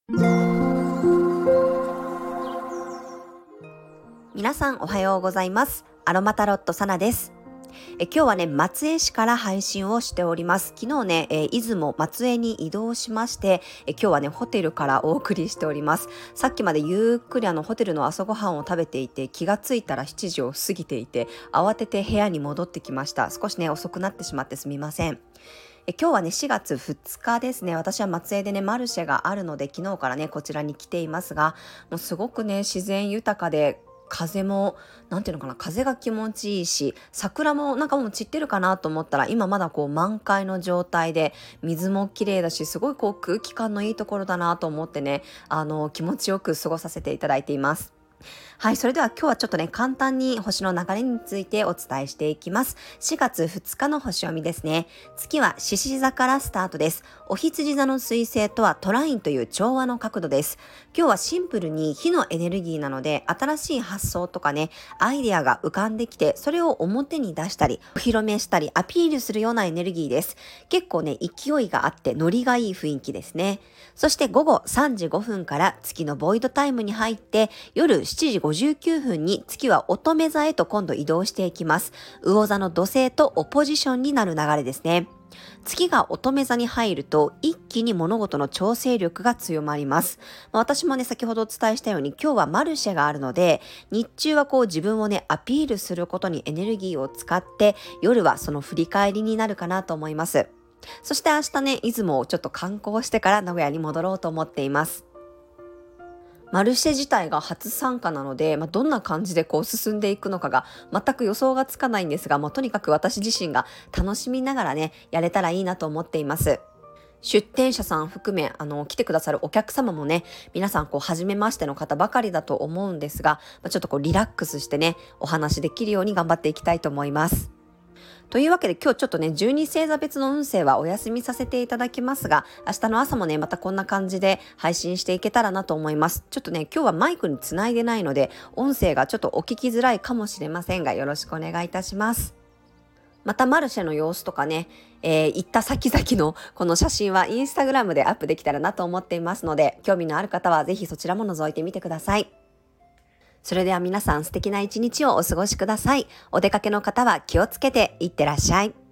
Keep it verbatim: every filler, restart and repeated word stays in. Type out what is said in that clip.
皆さんおはようございます。アロマタロットサナです。え今日はね、松江市から配信をしております。昨日ね、えー、出雲松江に移動しまして、え今日はね、ホテルからお送りしております。さっきまでゆっくりあのホテルの朝ごはんを食べていて、気がついたらしちじを過ぎていて、慌てて部屋に戻ってきました。少しね、遅くなってしまってすみません。え今日はねしがつふつかですね。私は松江でねマルシェがあるので、昨日からねこちらに来ていますが、もうすごくね自然豊かで、風もなんていうのかな、風が気持ちいいし、桜もなんかもう散ってるかなと思ったら、今まだこう満開の状態で、水も綺麗だし、すごいこう空気感のいいところだなと思ってね、あの気持ちよく過ごさせていただいています。はい、それでは今日はちょっとね、簡単に星の流れについてお伝えしていきます。しがつふつかの星読みですね。月は獅子座からスタートです。お羊座の水星とはトラインという調和の角度です。今日はシンプルに火のエネルギーなので、新しい発想とかね、アイデアが浮かんできて、それを表に出したり、お披露目したり、アピールするようなエネルギーです。結構ね、勢いがあって、ノリがいい雰囲気ですね。そして午後さんじごふんから月のボイドタイムに入って、夜しちじごじゅうきゅうふんに月は乙女座へと今度移動していきます。魚座の土星とオポジションになる流れですね。月が乙女座に入ると一気に物事の調整力が強まります。まあ、私もね先ほどお伝えしたように、今日はマルシェがあるので、日中はこう自分をねアピールすることにエネルギーを使って、夜はその振り返りになるかなと思います。そして明日ね、出雲をちょっと観光してから名古屋に戻ろうと思っています。マルシェ自体が初参加なので、まあ、どんな感じでこう進んでいくのかが全く予想がつかないんですが、もうとにかく私自身が楽しみながらね、やれたらいいなと思っています。出店者さん含め、あの、来てくださるお客様もね、皆さんこう、初めましての方ばかりだと思うんですが、まあ、ちょっとこう、リラックスしてね、お話できるように頑張っていきたいと思います。というわけで今日ちょっとね、じゅうに星座別の運勢はお休みさせていただきますが、明日の朝もね、またこんな感じで配信していけたらなと思います。ちょっとね、今日はマイクにつないでないので、音声がちょっとお聞きづらいかもしれませんが、よろしくお願いいたします。またマルシェの様子とかね、えー、行った先々のこの写真はインスタグラムでアップできたらなと思っていますので、興味のある方はぜひそちらも覗いてみてください。それでは皆さん、素敵な一日をお過ごしください。お出かけの方は気をつけていってらっしゃい。